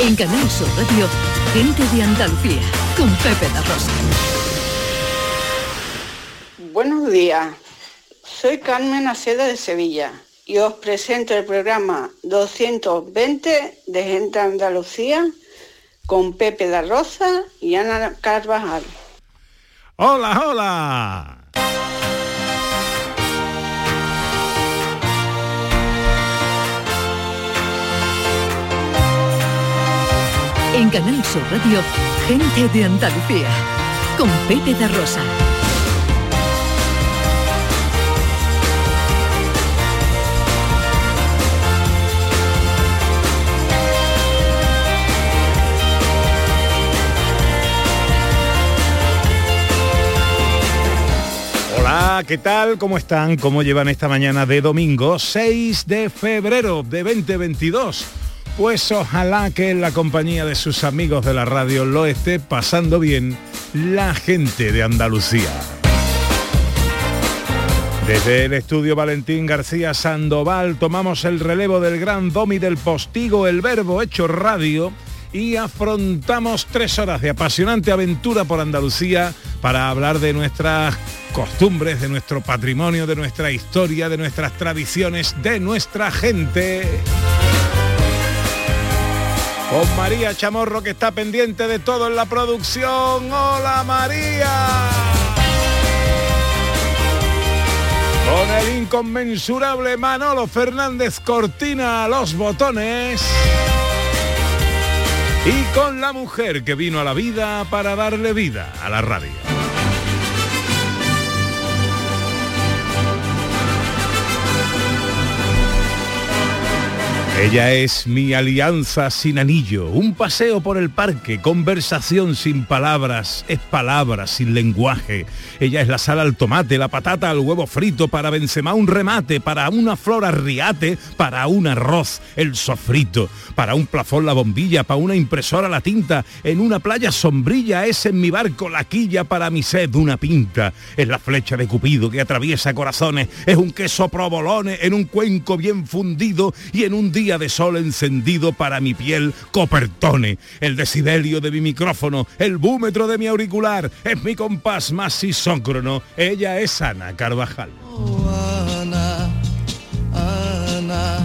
En Canal Sur Radio, Gente de Andalucía, con Pepe da Rosa. Buenos días, soy Carmen Aceda de Sevilla y os presento el programa 220 de Gente de Andalucía con Pepe da Rosa y Ana Carvajal. ¡Hola, hola! En Canal Sur Radio, Gente de Andalucía, con Pepe da Rosa. Hola, ¿qué tal? ¿Cómo están? ¿Cómo llevan esta mañana de domingo 6 de febrero de 2022? Pues ojalá que en la compañía de sus amigos de la radio lo esté pasando bien la gente de Andalucía. Desde el estudio Valentín García Sandoval tomamos el relevo del gran domi del Postigo, el Verbo hecho radio, y afrontamos 3 horas de apasionante aventura por Andalucía para hablar de nuestras costumbres, de nuestro patrimonio, de nuestra historia, de nuestras tradiciones, de nuestra gente. Con María Chamorro, que está pendiente de todo en la producción. ¡Hola, María! Con el inconmensurable Manolo Fernández Cortina a los botones. Y con la mujer que vino a la vida para darle vida a la radio. Ella es mi alianza sin anillo, un paseo por el parque, conversación sin palabras, es palabras sin lenguaje. Ella es la sal al tomate, la patata al huevo frito, para Benzema un remate, para una flor arriate, para un arroz el sofrito, para un plafón la bombilla, para una impresora la tinta, en una playa sombrilla es en mi barco la quilla, para mi sed una pinta. Es la flecha de Cupido que atraviesa corazones, es un queso provolone en un cuenco bien fundido y en un día de sol encendido para mi piel copertone. El decibelio de mi micrófono, el búmetro de mi auricular, es mi compás más isócrono. Ella es Ana Carvajal. Oh, Ana, Ana,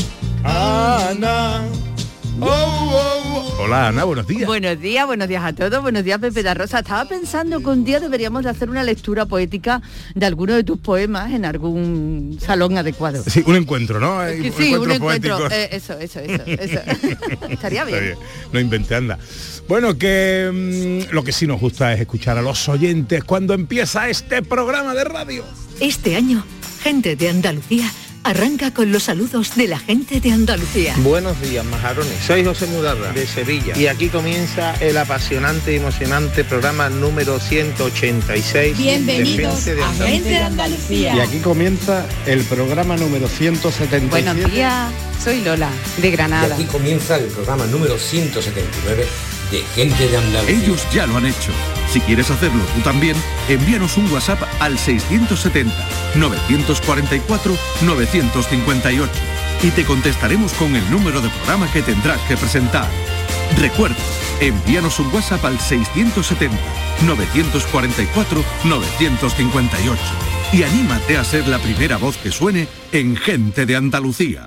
Ana. Oh, oh, oh. Hola Ana, buenos días. Buenos días a todos, buenos días Pepe da Rosa. Estaba pensando que un día deberíamos de hacer una lectura poética de alguno de tus poemas en algún salón adecuado. Sí, un encuentro, ¿no? Sí, un encuentro. Eso. Estaría bien. No inventé, anda. Bueno, que lo que sí nos gusta es escuchar a los oyentes cuando empieza este programa de radio. Este año, Gente de Andalucía arranca con los saludos de la gente de Andalucía. Buenos días, majarones. Soy José Mudarra, de Sevilla. Y aquí comienza el apasionante y emocionante programa número 186. Bienvenidos a Gente de Andalucía. Y aquí comienza el programa número 177. Buenos días, soy Lola, de Granada. Y aquí comienza el programa número 179 de Gente de Andalucía. Ellos ya lo han hecho. Si quieres hacerlo tú también, envíanos un WhatsApp al 670-944-958 y te contestaremos con el número de programa que tendrás que presentar. Recuerda, envíanos un WhatsApp al 670-944-958 y anímate a ser la primera voz que suene en Gente de Andalucía.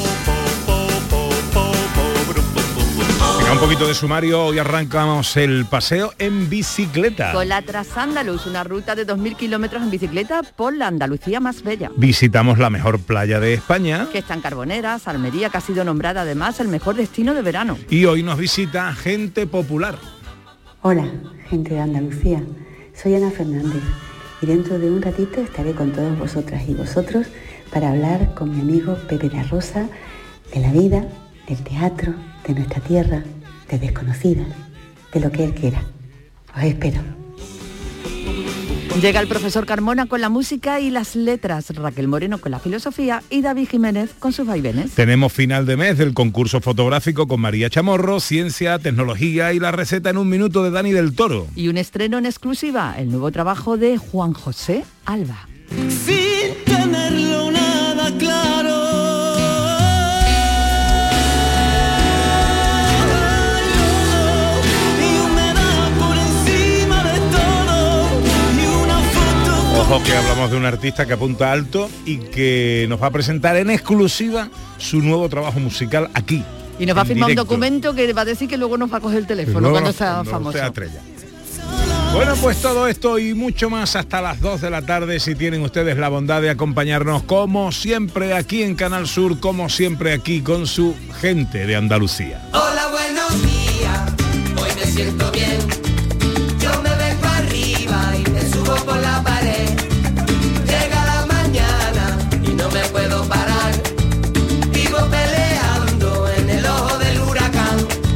Un poquito de sumario, hoy arrancamos el paseo en bicicleta. Con la Transandalus, una ruta de 2.000 kilómetros en bicicleta por la Andalucía más bella. Visitamos la mejor playa de España, que está en Carboneras, Almería, que ha sido nombrada además el mejor destino de verano. Y hoy nos visita gente popular. Hola, gente de Andalucía. Soy Ana Fernández y dentro de un ratito estaré con todos vosotras y vosotros para hablar con mi amigo Pepe da Rosa de la vida, del teatro, de nuestra tierra, de desconocidas, de lo que él quiera. Os espero. Llega el profesor Carmona con la música y las letras, Raquel Moreno con la filosofía y David Jiménez con sus vaivenes. Tenemos final de mes del concurso fotográfico con María Chamorro, ciencia, tecnología y la receta en un minuto de Dani del Toro. Y un estreno en exclusiva, el nuevo trabajo de Juan José Alba. Sin tenerlo nada claro. Ojo que hablamos de un artista que apunta alto y que nos va a presentar en exclusiva su nuevo trabajo musical aquí. Y nos va a firmar directo. un documento que va a decir que luego nos va a coger el teléfono cuando sea famoso. Bueno, pues todo esto y mucho más hasta las 2 de la tarde, si tienen ustedes la bondad de acompañarnos como siempre aquí en Canal Sur, como siempre aquí con su Gente de Andalucía. Hola, buenos días, hoy me siento bien. Yo me vengo arriba y me subo por la pared. Llega la mañana y no me puedo parar. Vivo peleando en el ojo del huracán.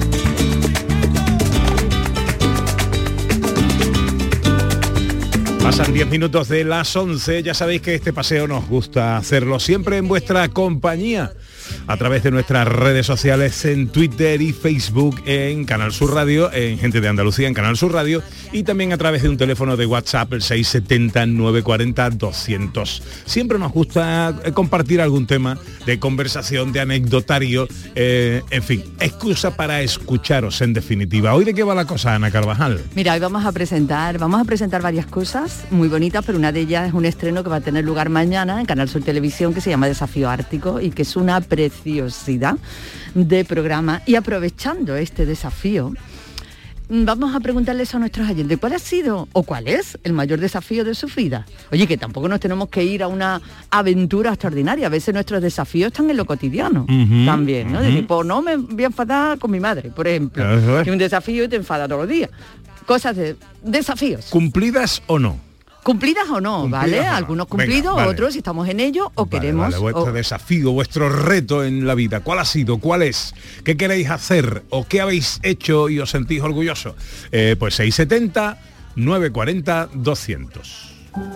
Pasan 10 minutos de las 11, ya sabéis que este paseo nos gusta hacerlo siempre en vuestra compañía, a través de nuestras redes sociales en Twitter y Facebook, en Canal Sur Radio, en Gente de Andalucía, en Canal Sur Radio, y también a través de un teléfono de WhatsApp, el 670-940-200. Siempre nos gusta compartir algún tema de conversación, de anecdotario, en fin, excusa para escucharos en definitiva. ¿Hoy de qué va la cosa, Ana Carvajal? Mira, hoy vamos a presentar varias cosas muy bonitas, pero una de ellas es un estreno que va a tener lugar mañana en Canal Sur Televisión, que se llama Desafío Ártico y que es una preciosidad de programa. Y aprovechando este desafío, vamos a preguntarles a nuestros oyentes cuál ha sido o cuál es el mayor desafío de su vida. Oye, que tampoco nos tenemos que ir a una aventura extraordinaria, a veces nuestros desafíos están en lo cotidiano también, ¿no? Decir, pues no me voy a enfadar con mi madre, por ejemplo, que un desafío y te enfada todos los días. Cosas de desafíos. ¿Cumplidas o no? Cumplidas o no, ¿vale? O no. Algunos cumplidos, vale. Otros si estamos en ello o queremos. Vale, vuestro desafío, vuestro reto en la vida, ¿cuál ha sido? ¿Cuál es? ¿Qué queréis hacer? ¿O qué habéis hecho y os sentís orgullosos? Pues 670-940-200.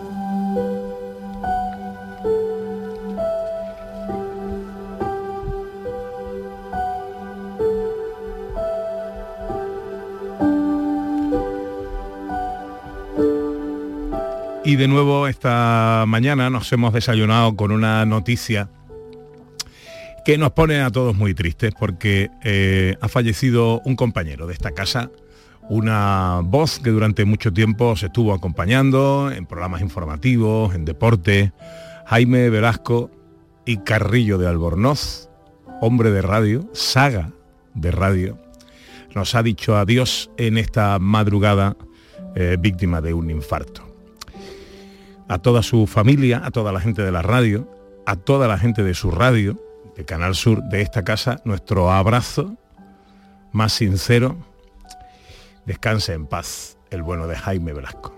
Y de nuevo esta mañana nos hemos desayunado con una noticia que nos pone a todos muy tristes porque ha fallecido un compañero de esta casa, una voz que durante mucho tiempo se estuvo acompañando en programas informativos, en deporte, Jaime Velasco y Carrillo de Albornoz, hombre de radio, saga de radio, nos ha dicho adiós en esta madrugada, víctima de un infarto. A toda su familia, a toda la gente de la radio, a toda la gente de su radio, de Canal Sur, de esta casa, nuestro abrazo más sincero. Descanse en paz el bueno de Jaime Velasco.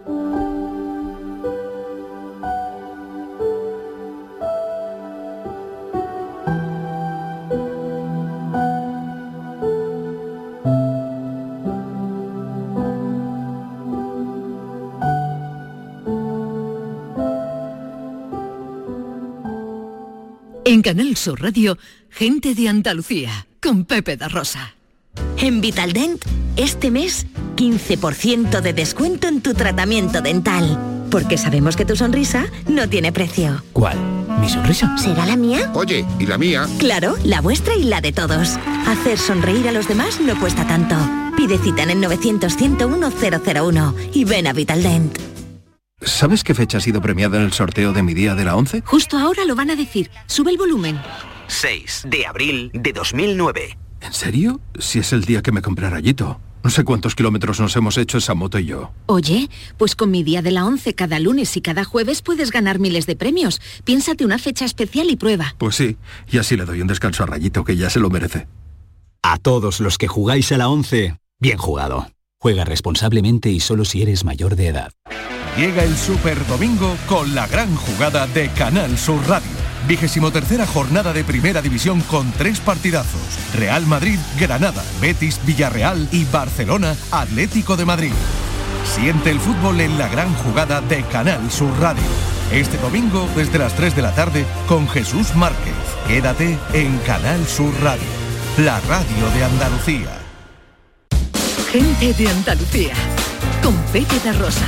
En Canal Sur Radio, Gente de Andalucía, con Pepe da Rosa. En Vitaldent, este mes, 15% de descuento en tu tratamiento dental. Porque sabemos que tu sonrisa no tiene precio. ¿Cuál? ¿Mi sonrisa? ¿Será la mía? Oye, ¿y la mía? Claro, la vuestra y la de todos. Hacer sonreír a los demás no cuesta tanto. Pide cita en el 900-101-001 y ven a Vitaldent. ¿Sabes qué fecha ha sido premiada en el sorteo de mi día de la 11? Justo ahora lo van a decir. Sube el volumen. 6 de abril de 2009. ¿En serio? Si es el día que me compré Rayito. No sé cuántos kilómetros nos hemos hecho esa moto y yo. Oye, pues con mi día de la 11 cada lunes y cada jueves puedes ganar miles de premios. Piénsate una fecha especial y prueba. Pues sí, y así le doy un descanso a Rayito, que ya se lo merece. A todos los que jugáis a la 11, bien jugado. Juega responsablemente y solo si eres mayor de edad. Llega el Super Domingo con la gran jugada de Canal Sur Radio. 23ª jornada de Primera División con 3 partidazos. Real Madrid, Granada, Betis, Villarreal y Barcelona, Atlético de Madrid. Siente el fútbol en la gran jugada de Canal Sur Radio. Este domingo desde las 3 de la tarde con Jesús Márquez. Quédate en Canal Sur Radio, la radio de Andalucía. Gente de Andalucía, con Pepe da Rosa.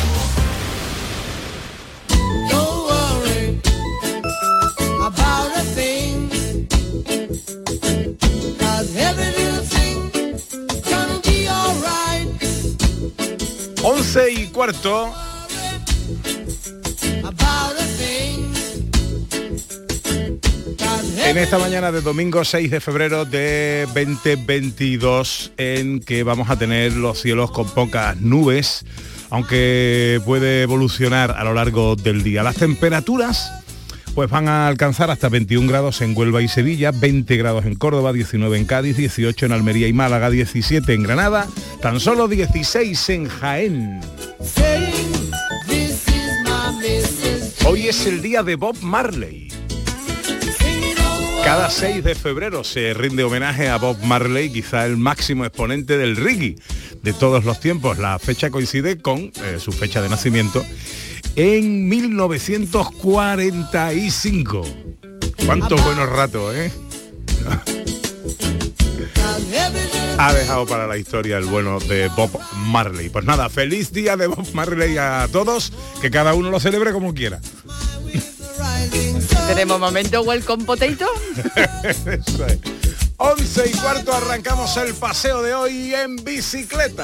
About a thing, 'cause every little thing gonna be alright. 11:15. En esta mañana de domingo 6 de febrero de 2022, en que vamos a tener los cielos con pocas nubes, aunque puede evolucionar a lo largo del día. Las temperaturas pues van a alcanzar hasta 21 grados en Huelva y Sevilla, 20 grados en Córdoba, 19 en Cádiz, 18 en Almería y Málaga, 17 en Granada, tan solo 16 en Jaén. Hoy es el día de Bob Marley. Cada 6 de febrero se rinde homenaje a Bob Marley, quizá el máximo exponente del reggae de todos los tiempos. La fecha coincide con su fecha de nacimiento en 1945. Cuántos buenos ratos, ¿eh? Ha dejado para la historia el bueno de Bob Marley. Pues nada, feliz día de Bob Marley a todos, que cada uno lo celebre como quiera. ¿Tenemos momento welcome potato? Eso es. 11:15 arrancamos el paseo de hoy en bicicleta.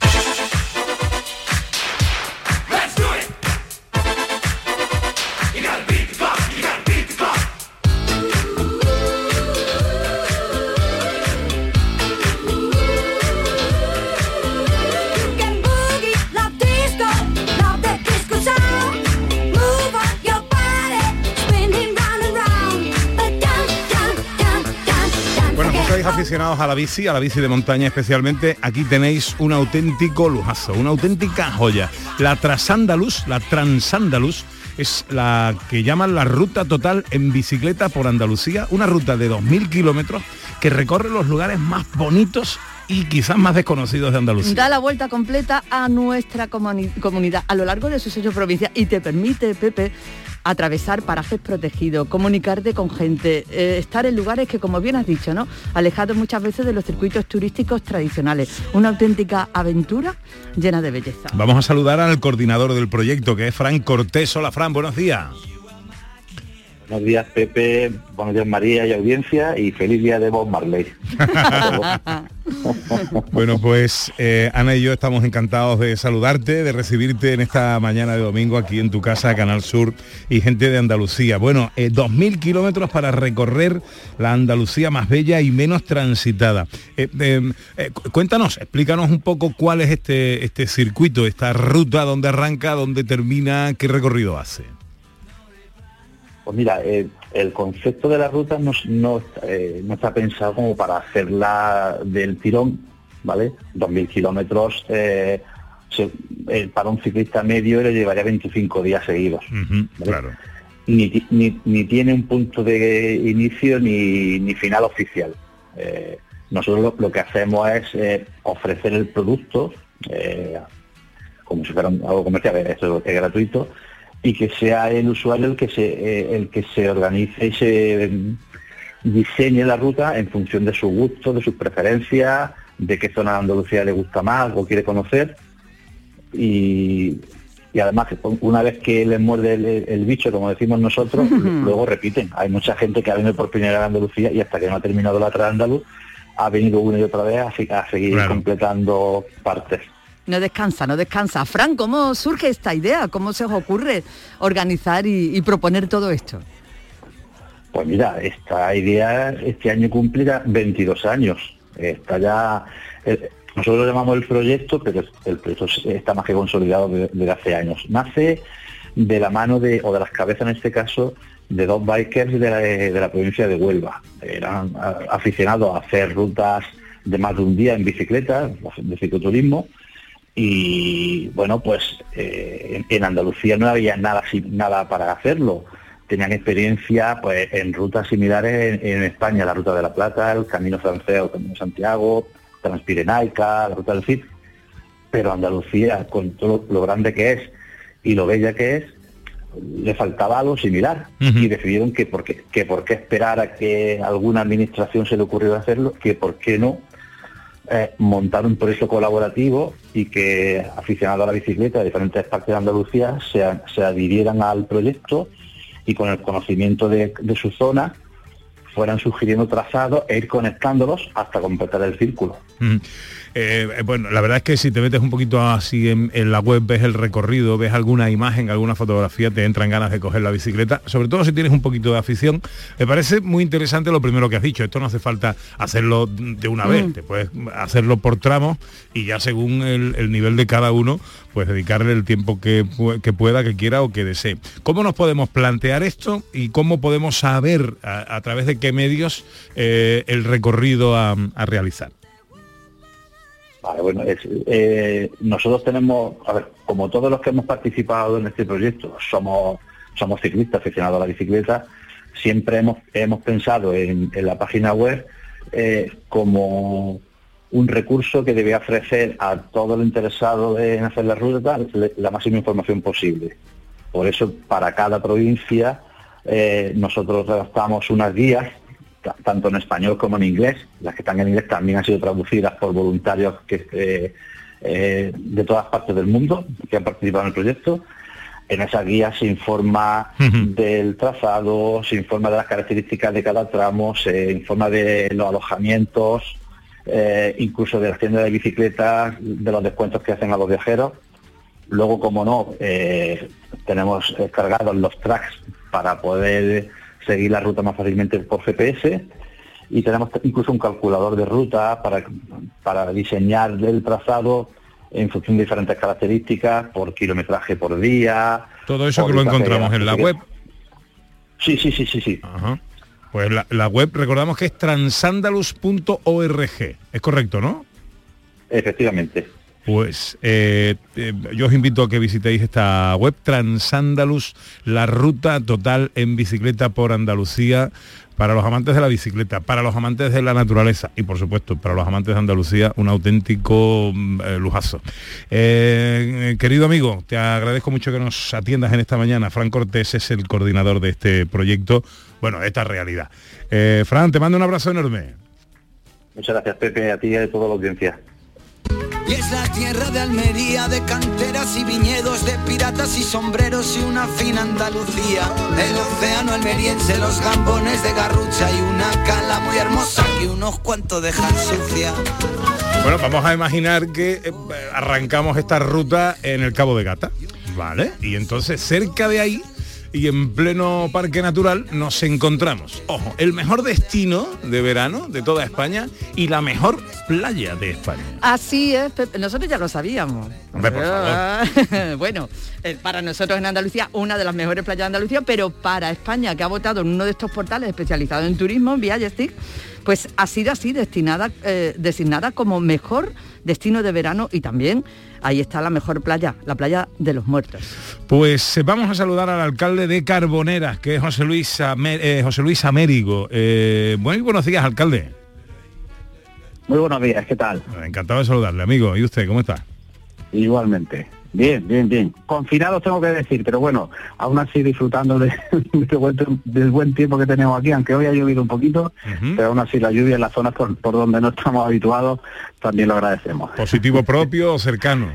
Aficionados a la bici de montaña especialmente, aquí tenéis un auténtico lujazo, una auténtica joya. La Transandalus es la que llaman la ruta total en bicicleta por Andalucía, una ruta de 2.000 kilómetros que recorre los lugares más bonitos y quizás más desconocidos de Andalucía. Da la vuelta completa a nuestra comunidad a lo largo de sus 8 provincias y te permite, Pepe, atravesar parajes protegidos, comunicarte con gente, estar en lugares que, como bien has dicho, ¿no?, alejados muchas veces de los circuitos turísticos tradicionales. Una auténtica aventura llena de belleza. Vamos a saludar al coordinador del proyecto, que es Fran Cortés. Hola, Fran, buenos días. Buenos días, Pepe, buenos días, María y audiencia, y feliz día de Bob Marley. Bueno, pues Ana y yo estamos encantados de saludarte, de recibirte en esta mañana de domingo aquí en tu casa, Canal Sur y gente de Andalucía. Bueno, 2.000 kilómetros para recorrer la Andalucía más bella y menos transitada. Cuéntanos, explícanos un poco cuál es este circuito, esta ruta, dónde arranca, dónde termina, qué recorrido hace. Pues mira, el concepto de la ruta no está pensado como para hacerla del tirón, ¿vale? 2.000 kilómetros para un ciclista medio le llevaría 25 días seguidos. ¿Vale? Claro. Ni tiene un punto de inicio ni final oficial. Nosotros lo que hacemos es ofrecer el producto como si fuera algo comercial, esto es gratuito, y que sea el usuario el que se organice y se diseñe la ruta en función de su gusto, de sus preferencias, de qué zona de Andalucía le gusta más o quiere conocer. Y además, una vez que les muerde el bicho, como decimos nosotros, luego repiten. Hay mucha gente que ha venido por primera vez a Andalucía y hasta que no ha terminado la Transandalus ha venido una y otra vez a seguir completando partes. No descansa. Fran, ¿cómo surge esta idea? ¿Cómo se os ocurre organizar y proponer todo esto? Pues mira, esta idea este año cumplirá 22 años. Está ya, nosotros lo llamamos el proyecto, pero el proyecto está más que consolidado desde hace años. Nace de la mano de las cabezas en este caso, de 2 bikers de la provincia de Huelva. Eran aficionados a hacer rutas de más de un día en bicicleta, de cicloturismo. Y bueno, pues en Andalucía no había nada para hacerlo. Tenían experiencia pues en rutas similares en España, la Ruta de la Plata, el Camino Francés o el Camino de Santiago, Transpirenaica, la Ruta del Cid. Pero Andalucía, con todo lo grande que es y lo bella que es, le faltaba algo similar. Y decidieron que por qué esperar a que alguna administración se le ocurriera hacerlo, que por qué no montar un proyecto colaborativo y que aficionados a la bicicleta de diferentes partes de Andalucía se adhirieran al proyecto y con el conocimiento de su zona fueran sugiriendo trazados e ir conectándolos hasta completar el círculo. Bueno, la verdad es que si te metes un poquito así en la web, ves el recorrido, ves alguna imagen, alguna fotografía, te entran ganas de coger la bicicleta, sobre todo si tienes un poquito de afición. Me parece muy interesante lo primero que has dicho, esto no hace falta hacerlo de una vez, te puedes hacerlo por tramos y ya según el nivel de cada uno, pues dedicarle el tiempo que pueda, que quiera o que desee. ¿Cómo nos podemos plantear esto y cómo podemos saber a través de qué medios el recorrido a realizar? Vale, bueno, nosotros tenemos, a ver, como todos los que hemos participado en este proyecto, somos ciclistas aficionados a la bicicleta, siempre hemos pensado en la página web como un recurso que debe ofrecer a todo el interesado en hacer la ruta la máxima información posible. Por eso, para cada provincia, nosotros redactamos unas guías, tanto en español como en inglés. Las que están en inglés también han sido traducidas por voluntarios de todas partes del mundo que han participado en el proyecto. En esa guía se informa del trazado, se informa de las características de cada tramo, se informa de los alojamientos, incluso de las tiendas de bicicletas, de los descuentos que hacen a los viajeros. Luego, como no, tenemos cargados los tracks para poder seguir la ruta más fácilmente por GPS, y tenemos incluso un calculador de ruta para diseñar el trazado en función de diferentes características, por kilometraje por día. Todo eso que lo encontramos en la web. Sí. Ajá. Pues la web, recordamos que es transandalus.org, es correcto, ¿no? Efectivamente. Pues yo os invito a que visitéis esta web, Transandalus, la ruta total en bicicleta por Andalucía, para los amantes de la bicicleta, para los amantes de la naturaleza y, por supuesto, para los amantes de Andalucía, un auténtico lujazo. Querido amigo, te agradezco mucho que nos atiendas en esta mañana. Fran Cortés es el coordinador de este proyecto, bueno, de esta realidad. Fran, te mando un abrazo enorme. Muchas gracias, Pepe, a ti y a toda la audiencia. Y es la tierra de Almería, de canteras y viñedos, de piratas y sombreros y una fina Andalucía. El océano almeriense, los gambones de Garrucha y una cala muy hermosa que unos cuantos dejan sucia. Bueno, vamos a imaginar que arrancamos esta ruta en el Cabo de Gata, ¿vale? Y entonces cerca de ahí y en pleno parque natural nos encontramos, ojo, el mejor destino de verano de toda España y la mejor playa de España. Así es, Pepe. Nosotros ya lo sabíamos. Hombre, por favor. Bueno, para nosotros en Andalucía, una de las mejores playas de Andalucía, pero para España, que ha votado en uno de estos portales especializados en turismo, Viajestic, pues ha sido así designada como mejor destino de verano, y también ahí está la mejor playa, la playa de los Muertos. Pues vamos a saludar al alcalde de Carboneras, que es José Luis Amérigo. Buenos días, alcalde. Muy buenos días, ¿qué tal? Encantado de saludarle, amigo. ¿Y usted, cómo está? Igualmente. Bien. Confinados tengo que decir, pero bueno, aún así disfrutando del buen tiempo que tenemos aquí, aunque hoy ha llovido un poquito, pero aún así la lluvia en las zonas por donde no estamos habituados, también lo agradecemos. ¿Positivo propio o cercano?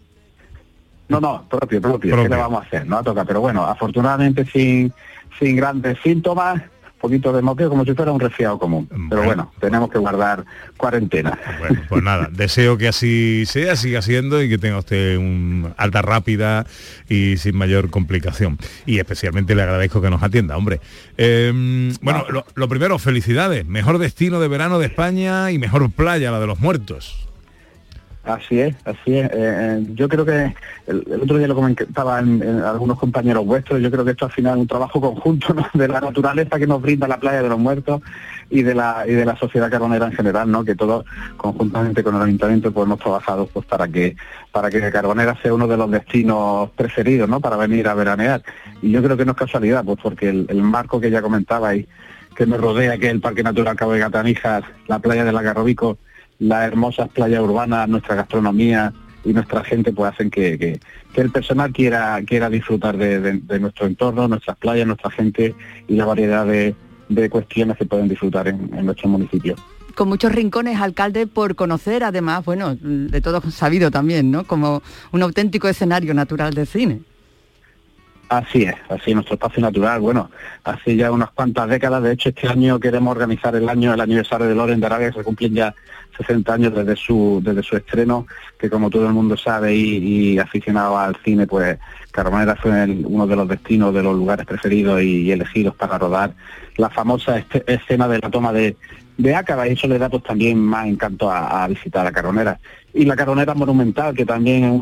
No, propio. ¿Qué le vamos a hacer? No toca, pero bueno, afortunadamente sin grandes síntomas, poquito de moqueo, como si fuera un resfriado común. Pero bueno, tenemos que guardar cuarentena. Bueno, pues nada, deseo que así sea, siga siendo, y que tenga usted un alta rápida y sin mayor complicación. Y especialmente le agradezco que nos atienda, hombre. Bueno, lo primero, felicidades. Mejor destino de verano de España y mejor playa, la de los Muertos. Así es. Yo creo que el otro día lo comentaban algunos compañeros vuestros, yo creo que esto al final es un trabajo conjunto, ¿no?, de la naturaleza que nos brinda la playa de los Muertos y de la sociedad carbonera en general, ¿no?, que todos conjuntamente con el ayuntamiento pues hemos trabajado pues para que Carbonera sea uno de los destinos preferidos, ¿no?, para venir a veranear. Y yo creo que no es casualidad, pues porque el marco que ya comentabais, que nos rodea, que es el Parque Natural Cabo de Gata, Níjar, la playa de la Garrobico, las hermosas playas urbanas, nuestra gastronomía y nuestra gente, pues hacen que el personal quiera disfrutar de nuestro entorno, nuestras playas, nuestra gente y la variedad de cuestiones que pueden disfrutar en nuestro municipio. Con muchos rincones, alcalde, por conocer, además, bueno, de todo sabido también, ¿no?, como un auténtico escenario natural de cine. Así es, nuestro espacio natural. Bueno, hace ya unas cuantas décadas, de hecho este año queremos organizar el aniversario de Loren de Arabia, que se cumplen ya 60 años desde su estreno, que como todo el mundo sabe y aficionado al cine, pues Carbonera fue uno de los destinos, de los lugares preferidos y elegidos para rodar la famosa escena de la toma de Ácaba, y eso le da pues también más encanto a visitar a Carbonera. Y la Carbonera Monumental, que también es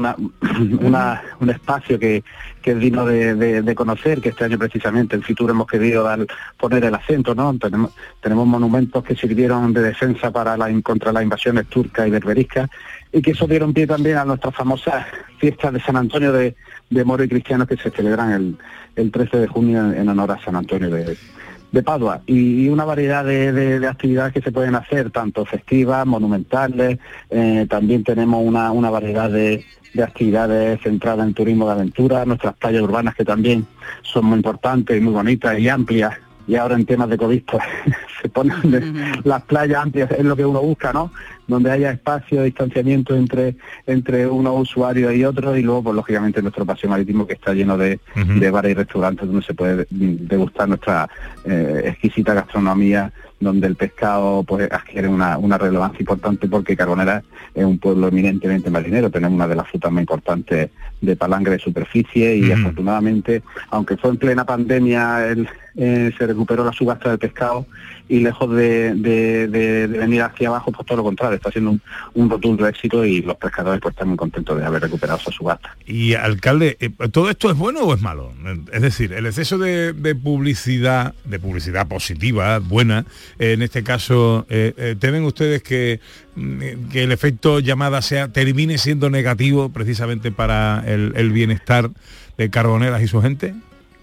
un espacio que es digno de conocer, que este año precisamente en Fitur hemos querido poner el acento, ¿no? Tenemos monumentos que sirvieron de defensa contra las invasiones turcas y berberiscas, y que eso dieron pie también a nuestras famosas fiestas de San Antonio de moros y cristianos, que se celebran el 13 de junio en honor a San Antonio de Padua, y una variedad de actividades que se pueden hacer, tanto festivas, monumentales. También tenemos una variedad de actividades centradas en turismo de aventura, nuestras playas urbanas, que también son muy importantes y muy bonitas y amplias, y ahora en temas de COVID pues, se ponen las playas amplias, es lo que uno busca, ¿no? Donde haya espacio, distanciamiento entre unos usuarios y otros, y luego pues lógicamente nuestro paseo marítimo, que está lleno de bares y restaurantes donde se puede degustar nuestra exquisita gastronomía, donde el pescado pues adquiere una relevancia importante, porque Carbonera es un pueblo eminentemente marinero. Tenemos una de las frutas más importantes de palangre de superficie, y afortunadamente, aunque fue en plena pandemia, se recuperó la subasta del pescado, y lejos de venir hacia abajo, pues todo lo contrario, está siendo un rotundo éxito, y los pescadores pues están muy contentos de haber recuperado esa subasta. Y alcalde, ¿todo esto es bueno o es malo? Es decir, el exceso de publicidad positiva, buena, en este caso, ¿temen ustedes que el efecto llamada termine siendo negativo precisamente para el bienestar de Carboneras y su gente?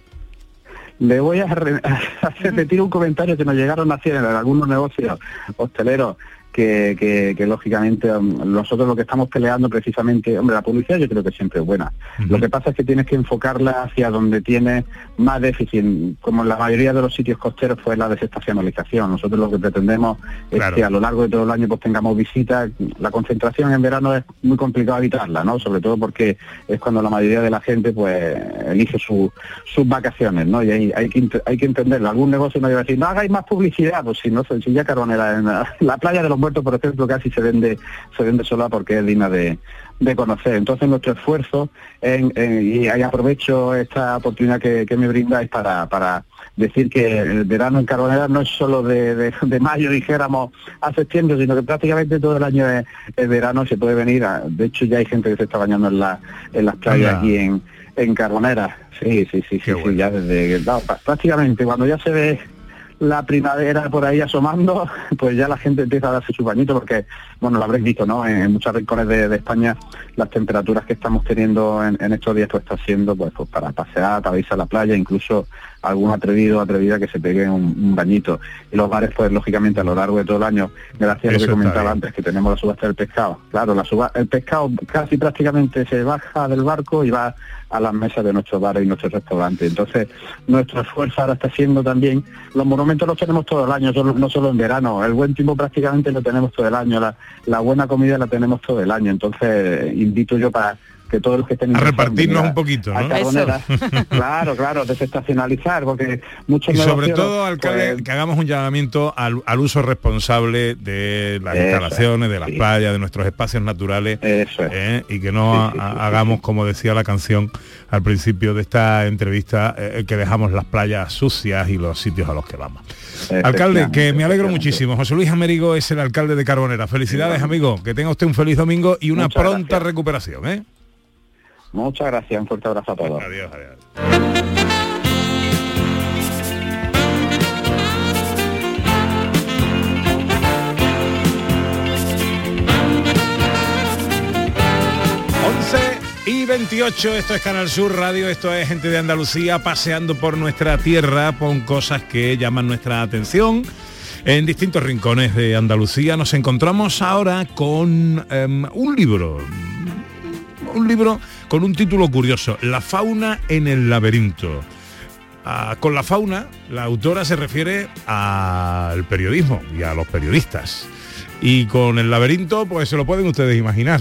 Le voy a repetir un comentario que nos llegaron a hacer en algunos negocios hosteleros, que lógicamente nosotros lo que estamos peleando precisamente, hombre, la publicidad yo creo que siempre es buena. Lo que pasa es que tienes que enfocarla hacia donde tiene más déficit, como en la mayoría de los sitios costeros, pues la desestacionalización. Nosotros lo que pretendemos es que a lo largo de todo el año pues tengamos visitas. La concentración en verano es muy complicado evitarla, ¿no? Sobre todo porque es cuando la mayoría de la gente pues elige sus vacaciones, ¿no? Y hay que entenderlo. Algún negocio no va a decir, no hagáis más publicidad, pues si ya Carbonera en la playa de los Muertos, por ejemplo, casi se vende sola, porque es digna de conocer. Entonces nuestro esfuerzo y aprovecho esta oportunidad que me brindáis para decir que el verano en Carbonera no es solo de mayo, dijéramos, a septiembre, sino que prácticamente todo el año es verano. Se puede venir, de hecho ya hay gente que se está bañando en las playas aquí en Carbonera. Sí, bueno. Ya desde prácticamente cuando ya se ve la primavera por ahí asomando, pues ya la gente empieza a darse su bañito, porque, bueno, lo habréis visto, ¿no? En muchos rincones de España, las temperaturas que estamos teniendo en estos días, pues está siendo pues para pasear, para irse a la playa, incluso algún atrevido o atrevida que se pegue un bañito. Y los bares, pues lógicamente a lo largo de todo el año, gracias a lo que comentaba antes, que tenemos la subasta del pescado. Claro, el pescado casi prácticamente se baja del barco y va a las mesas de nuestros bares y nuestros restaurantes. Entonces, nuestro esfuerzo ahora está siendo también, los monumentos los tenemos todo el año, no solo en verano. El buen tiempo prácticamente lo tenemos todo el año, la buena comida la tenemos todo el año. Entonces, invito yo para que todos los que estén a repartirnos un poquito, ¿no? Claro, desestacionalizar, porque muchos... Y sobre todo, alcalde, pues, que hagamos un llamamiento al uso responsable de las instalaciones, de las playas, de nuestros espacios naturales, y que no hagamos, como decía la canción al principio de esta entrevista, que dejamos las playas sucias y los sitios a los que vamos. Alcalde, que me alegro muchísimo. José Luis Américo es el alcalde de Carbonera. Felicidades, amigo. Que tenga usted un feliz domingo y una pronta recuperación, ¿eh? Muchas gracias, un fuerte abrazo a todos. Adiós. 11:28, esto es Canal Sur Radio, esto es Gente de Andalucía paseando por nuestra tierra con cosas que llaman nuestra atención. En distintos rincones de Andalucía nos encontramos ahora con un libro con un título curioso, La fauna en el laberinto. Con la fauna, la autora se refiere al periodismo y a los periodistas. Y con el laberinto, pues se lo pueden ustedes imaginar.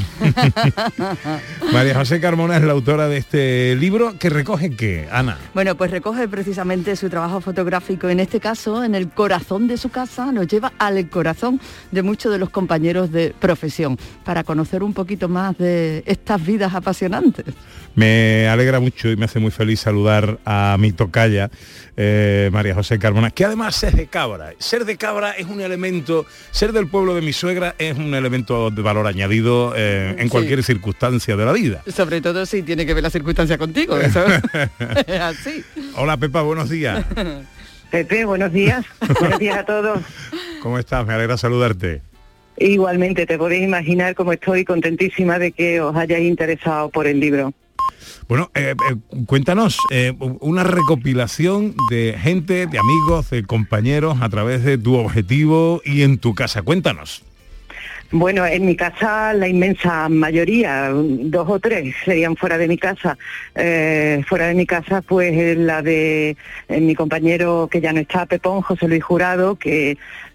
María José Carmona es la autora de este libro, que recoge ¿qué, Ana? Bueno, pues recoge precisamente su trabajo fotográfico, en este caso en el corazón de su casa, nos lleva al corazón de muchos de los compañeros de profesión, para conocer un poquito más de estas vidas apasionantes. Me alegra mucho y me hace muy feliz saludar a mi tocaya, María José Carmona, que además es de Cabra. Ser de Cabra es un elemento, ser del pueblo de mi suegra es un elemento de valor añadido en cualquier circunstancia de la vida. Sobre todo si tiene que ver la circunstancia contigo, eso es así. Hola Pepa, buenos días. Pepe, buenos días. Buenos días a todos. ¿Cómo estás? Me alegra saludarte. Igualmente, te podéis imaginar cómo estoy contentísima de que os hayáis interesado por el libro. Bueno, cuéntanos una recopilación de gente, de amigos, de compañeros a través de tu objetivo y en tu casa. Cuéntanos. Bueno, en mi casa la inmensa mayoría, 2 o 3 serían fuera de mi casa. Fuera de mi casa, pues la de mi compañero que ya no está, Pepón, José Luis Jurado, que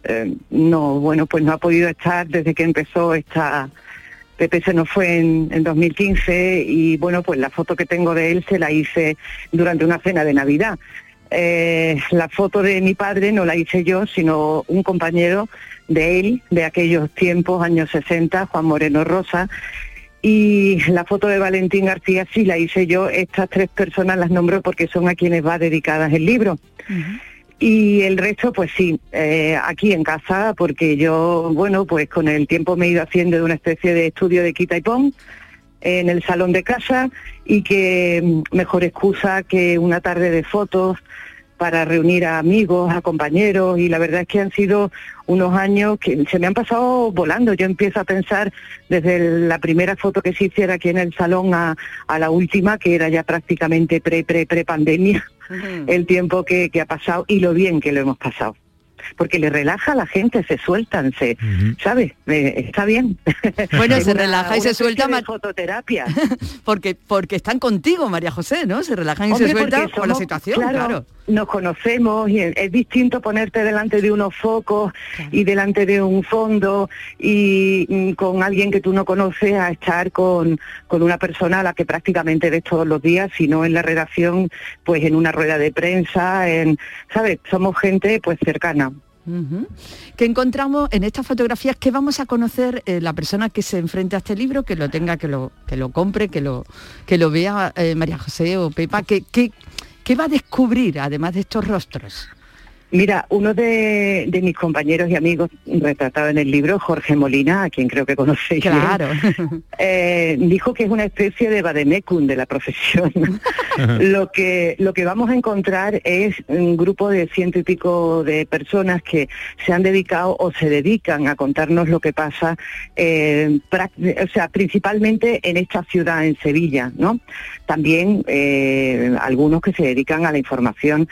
no ha podido estar desde que empezó esta... Pepe se nos fue en 2015 y bueno, pues la foto que tengo de él se la hice durante una cena de Navidad. La foto de mi padre no la hice yo, sino un compañero de él, de aquellos tiempos, años 60, Juan Moreno Rosa, y la foto de Valentín García sí la hice yo. Estas 3 personas las nombro porque son a quienes va dedicadas el libro. Uh-huh. Y el resto, pues sí, aquí en casa, porque yo, bueno, pues con el tiempo me he ido haciendo de una especie de estudio de quita y pon en el salón de casa, y que mejor excusa que una tarde de fotos para reunir a amigos, a compañeros, y la verdad es que han sido unos años que se me han pasado volando. Yo empiezo a pensar desde la primera foto que se hiciera aquí en el salón a la última, que era ya prácticamente pre-pandemia, el tiempo que ha pasado y lo bien que lo hemos pasado. Porque le relaja a la gente, se sueltan, ¿sabes? Está bien. Bueno, se relaja y se suelta más fototerapia. porque están contigo, María José, ¿no? Se relajan y se sueltan con la situación, claro. Nos conocemos y es distinto ponerte delante de unos focos y delante de un fondo y con alguien que tú no conoces, a estar con una persona a la que prácticamente ves todos los días, sino en la redacción, pues en una rueda de prensa, ¿sabes? Somos gente pues cercana. Uh-huh. ¿Qué encontramos en estas fotografías? ¿Qué vamos a conocer la persona que se enfrente a este libro, que lo tenga, que lo compre, que lo vea, María José o Pepa? ¿Qué va a descubrir, además de estos rostros? Mira, uno de mis compañeros y amigos retratado en el libro, Jorge Molina, a quien creo que conocéis, claro, dijo que es una especie de vademecum de la profesión. Lo que vamos a encontrar es un grupo de 100 y pico de personas que se han dedicado o se dedican a contarnos lo que pasa, principalmente en esta ciudad, en Sevilla, ¿no? También algunos que se dedican a la información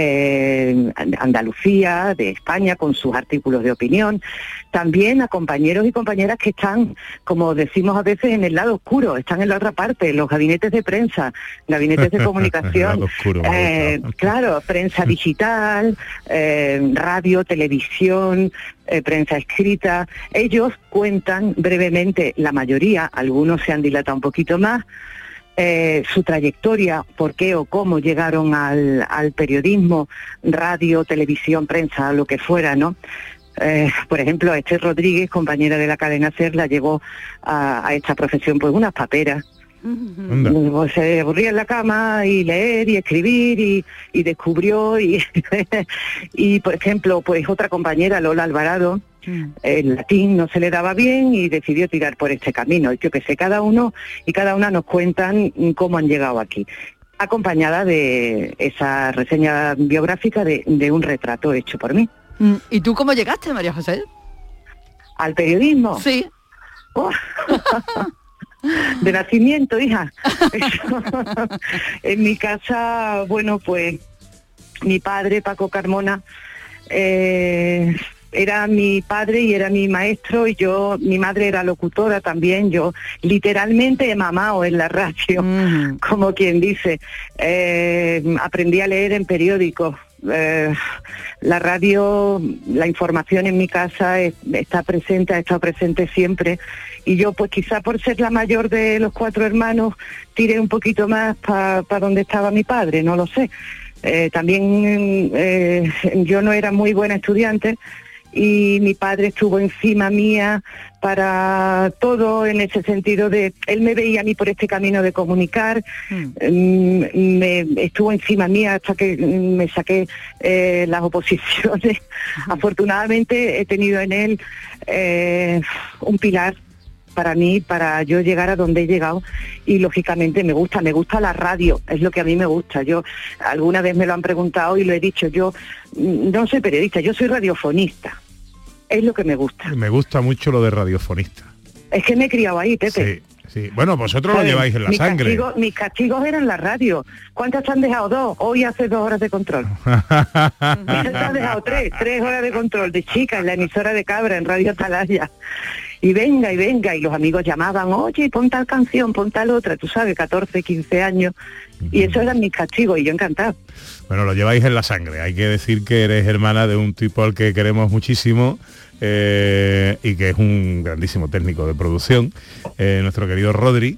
Andalucía, de España, con sus artículos de opinión. También a compañeros y compañeras que están, como decimos a veces, en el lado oscuro, están en la otra parte, los gabinetes de prensa, gabinetes de comunicación, claro, prensa digital, radio, televisión, prensa escrita. Ellos cuentan brevemente, la mayoría, algunos se han dilatado un poquito más, su trayectoria, por qué o cómo llegaron al periodismo, radio, televisión, prensa, lo que fuera, ¿no? Por ejemplo, Esther Rodríguez, compañera de la cadena SER, la llevó a esta profesión pues unas paperas. Pues se aburría en la cama y leer y escribir y descubrió y por ejemplo, pues otra compañera, Lola Alvarado, el latín no se le daba bien y decidió tirar por este camino. Yo que sé, cada uno y cada una nos cuentan cómo han llegado aquí, acompañada de esa reseña biográfica de un retrato hecho por mí. ¿Y tú cómo llegaste, María José? ¿Al periodismo? Sí. Oh. De nacimiento, hija. En mi casa, bueno, pues mi padre, Paco Carmona, era mi padre y era mi maestro, y mi madre era locutora también. Yo literalmente he mamado en la radio, como quien dice. Aprendí a leer en periódicos la radio, la información en mi casa está presente, ha estado presente siempre, y yo pues quizá por ser la mayor de los 4 hermanos tiré un poquito más para donde estaba mi padre, no lo sé. También yo no era muy buena estudiante y mi padre estuvo encima mía para todo, en ese sentido de, él me veía a mí por este camino de comunicar, me estuvo encima mía hasta que me saqué las oposiciones. Afortunadamente he tenido en él un pilar para mí, para yo llegar a donde he llegado, y lógicamente me gusta la radio, es lo que a mí me gusta. Yo alguna vez me lo han preguntado y lo he dicho, yo no soy periodista, yo soy radiofonista, es lo que me gusta. Me gusta mucho lo de radiofonista. Es que me he criado ahí, Pepe. Sí. Bueno, vosotros lo lleváis en la sangre. Mis castigos eran la radio. ¿Cuántas te han dejado? 2. Hoy hace 2 horas de control. Te han dejado 3 horas de control de chica en la emisora de Cabra, en Radio Atalaya. Y venga, y los amigos llamaban, oye, pon tal canción, pon tal otra, tú sabes, 14, 15 años, y eso eran mis castigos, y yo encantada. Bueno, lo lleváis en la sangre, hay que decir que eres hermana de un tipo al que queremos muchísimo, y que es un grandísimo técnico de producción, nuestro querido Rodri,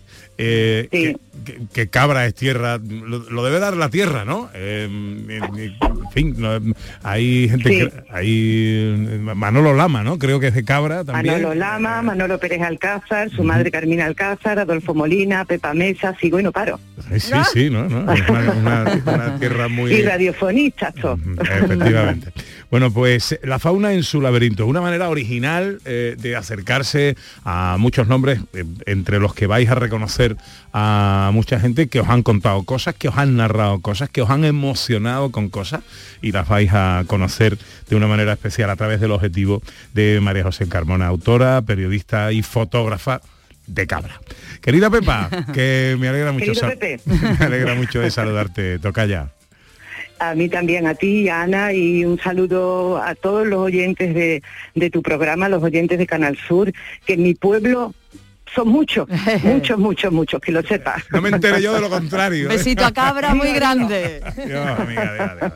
que Cabra es tierra, lo debe dar la tierra, ¿no? En fin, hay gente, hay Manolo Lama, ¿no? Creo que es de Cabra también. Manolo Lama, Manolo Pérez Alcázar, su madre Carmina Alcázar, Adolfo Molina, Pepa Mesa, sigo y no paro. Sí, ¿no? Es una tierra muy... Y radiofonistas, todo. Efectivamente. Bueno, pues La fauna en su laberinto, una manera original de acercarse a muchos nombres, entre los que vais a reconocer a mucha gente que os han contado cosas, que os han narrado cosas, que os han emocionado con cosas, y las vais a conocer de una manera especial a través del objetivo de María José Carmona, autora, periodista y fotógrafa de Cabra. Querida Pepa, que me alegra mucho, me alegra mucho de saludarte, tocaya. A mí también, a ti, a Ana, y un saludo a todos los oyentes de tu programa, los oyentes de Canal Sur, que en mi pueblo son muchos, que lo sepas. No me enteré yo de lo contrario. Besito a Cabra muy grande. Dios, amiga, Dios.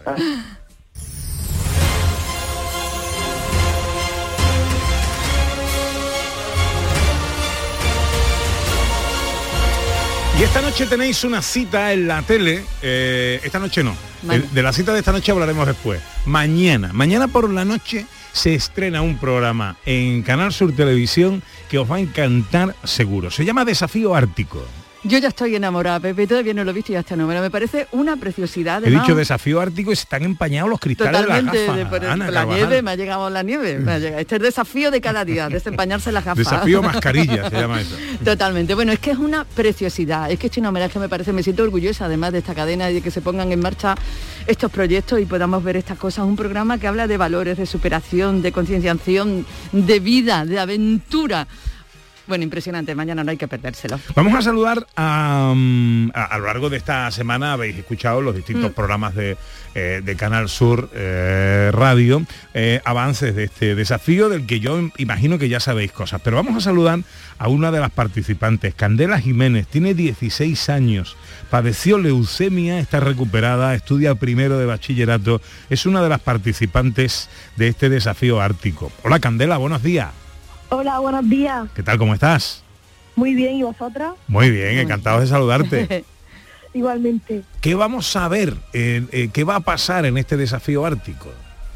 Y esta noche tenéis una cita en la tele, esta noche no, de la cita de esta noche hablaremos después. Mañana por la noche se estrena un programa en Canal Sur Televisión que os va a encantar seguro. Se llama Desafío Ártico. Yo ya estoy enamorada, Pepe, todavía no lo he visto y hasta no, me parece una preciosidad. Además, he dicho Desafío Ártico y se están empañados los cristales totalmente, de las gafas. Ana, la nieve, me ha llegado la nieve. Este es el desafío de cada día, desempañarse las gafas. Desafío mascarilla, se llama eso. Totalmente, bueno, es que es una preciosidad, es que Chino Homenaje me parece, me siento orgullosa además de esta cadena y de que se pongan en marcha estos proyectos y podamos ver estas cosas. Un programa que habla de valores, de superación, de concienciación, de vida, de aventura. Bueno, impresionante, mañana no hay que perdérselo. Vamos a saludar a lo largo de esta semana, habéis escuchado los distintos programas de Canal Sur Radio, avances de este desafío del que yo imagino que ya sabéis cosas, pero vamos a saludar a una de las participantes, Candela Jiménez, tiene 16 años, padeció leucemia, está recuperada, estudia primero de bachillerato, es una de las participantes de este desafío ártico. Hola Candela, buenos días. Hola, buenos días. ¿Qué tal, cómo estás? Muy bien, ¿y vosotras? Muy bien, encantados de saludarte. Igualmente. ¿Qué vamos a ver? ¿Qué va a pasar en este desafío ártico?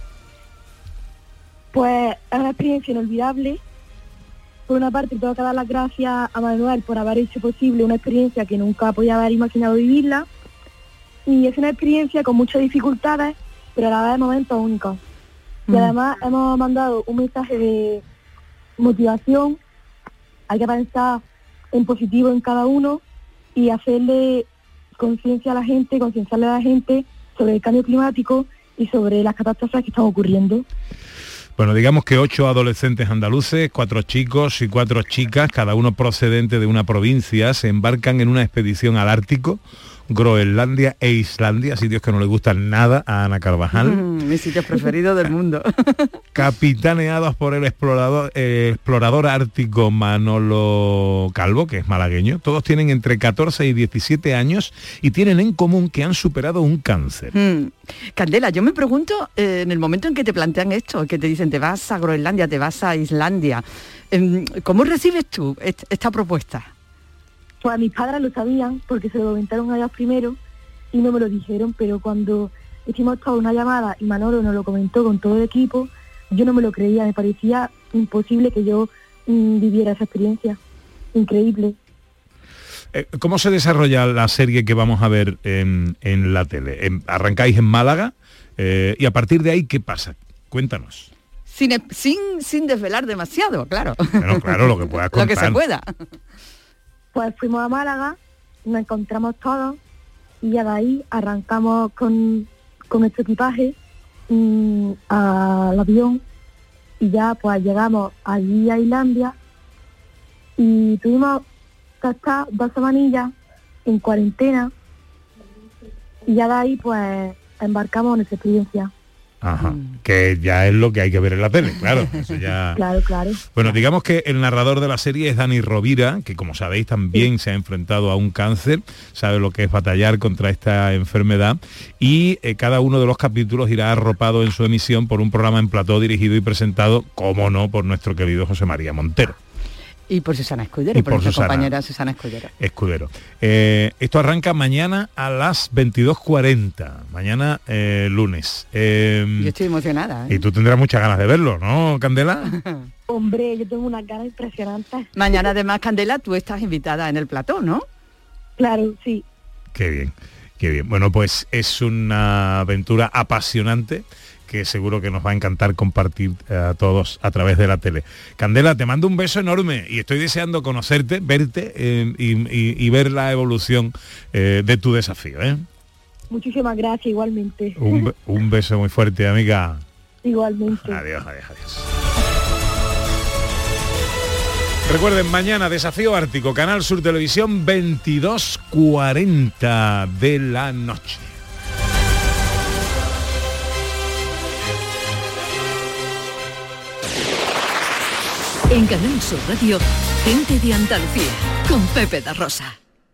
Pues es una experiencia inolvidable. Por una parte, tengo que dar las gracias a Manuel por haber hecho posible una experiencia que nunca podía haber imaginado vivirla. Y es una experiencia con muchas dificultades, pero a la vez momentos únicos. Y además hemos mandado un mensaje de motivación. Hay que pensar en positivo en cada uno y hacerle concienciarle a la gente sobre el cambio climático y sobre las catástrofes que están ocurriendo. Bueno, digamos que 8 adolescentes andaluces, 4 chicos y 4 chicas, cada uno procedente de una provincia, se embarcan en una expedición al Ártico Groenlandia e Islandia, sitios que no le gustan nada a Ana Carvajal. Mis sitios preferidos del mundo. Capitaneados por el explorador ártico Manolo Calvo, que es malagueño. Todos tienen entre 14 y 17 años y tienen en común que han superado un cáncer. Candela, yo me pregunto, en el momento en que te plantean esto, que te dicen te vas a Groenlandia, te vas a Islandia, ¿cómo recibes tú esta propuesta? Pues mis padres lo sabían porque se lo comentaron a ellos primero y no me lo dijeron, pero cuando hicimos toda una llamada y Manolo nos lo comentó con todo el equipo, yo no me lo creía, me parecía imposible que yo viviera esa experiencia. Increíble. ¿Cómo se desarrolla la serie que vamos a ver en la tele? ¿Arrancáis en Málaga? Y a partir de ahí, ¿qué pasa? Cuéntanos. Sin desvelar demasiado, claro. Bueno, claro, lo que puedas contar. Lo que se pueda. Pues fuimos a Málaga, nos encontramos todos y ya de ahí arrancamos con este equipaje al avión y ya pues llegamos allí a Islandia y tuvimos que estar 2 semanillas en cuarentena y ya de ahí pues embarcamos en esa experiencia. Ajá, que ya es lo que hay que ver en la tele, claro. Eso ya... Claro. Bueno, digamos que el narrador de la serie es Dani Rovira, que como sabéis también se ha enfrentado a un cáncer, sabe lo que es batallar contra esta enfermedad y cada uno de los capítulos irá arropado en su emisión por un programa en plató dirigido y presentado, cómo no, por nuestro querido José María Montero. Y por Susana Escudero, y por nuestra compañera Susana Escudero. Esto arranca mañana a las 22:40, mañana lunes. Yo estoy emocionada. Y tú tendrás muchas ganas de verlo, ¿no, Candela? Hombre, yo tengo unas ganas impresionantes. Mañana además, Candela, tú estás invitada en el plató, ¿no? Claro, sí. Qué bien. Bueno, pues es una aventura apasionante que seguro que nos va a encantar compartir a todos a través de la tele. Candela, te mando un beso enorme y estoy deseando conocerte, verte y ver la evolución de tu desafío. Muchísimas gracias, igualmente. Un beso muy fuerte, amiga. Igualmente. Adiós. Recuerden, mañana Desafío Ártico, Canal Sur Televisión, 22:40 de la noche. En Canal Sur Radio, Gente de Andalucía, con Pepe da Rosa.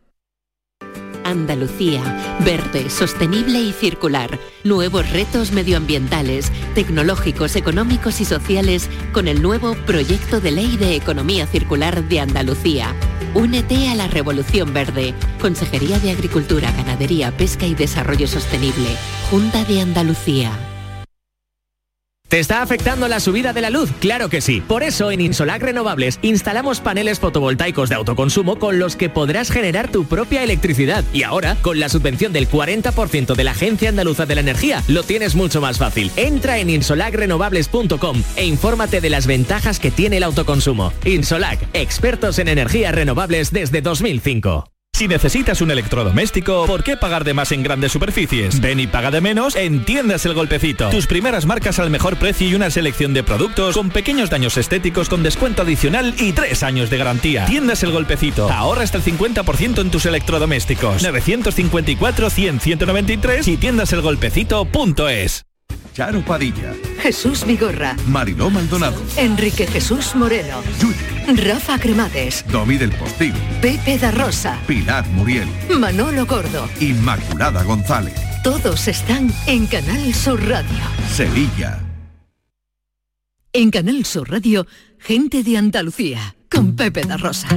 Andalucía, verde, sostenible y circular. Nuevos retos medioambientales, tecnológicos, económicos y sociales con el nuevo Proyecto de Ley de Economía Circular de Andalucía. Únete a la Revolución Verde. Consejería de Agricultura, Ganadería, Pesca y Desarrollo Sostenible. Junta de Andalucía. ¿Te está afectando la subida de la luz? Claro que sí. Por eso en Insolac Renovables instalamos paneles fotovoltaicos de autoconsumo con los que podrás generar tu propia electricidad. Y ahora, con la subvención del 40% de la Agencia Andaluza de la Energía, lo tienes mucho más fácil. Entra en insolacrenovables.com e infórmate de las ventajas que tiene el autoconsumo. Insolac, expertos en energías renovables desde 2005. Si necesitas un electrodoméstico, ¿por qué pagar de más en grandes superficies? Ven y paga de menos en Tiendas El Golpecito. Tus primeras marcas al mejor precio y una selección de productos con pequeños daños estéticos con descuento adicional y 3 años de garantía. Tiendas El Golpecito. Ahorra hasta el 50% en tus electrodomésticos. 954-100-193 y tiendaselgolpecito.es. Charo Padilla, Jesús Vigorra, Mariló Maldonado, Enrique Jesús Moreno, Rafa Cremades, Domi del Postigo, Pepe da Rosa, Pilar Muriel, Manolo Gordo, Inmaculada González. Todos están en Canal Sur Radio. Sevilla. En Canal Sur Radio, Gente de Andalucía, con Pepe da Rosa.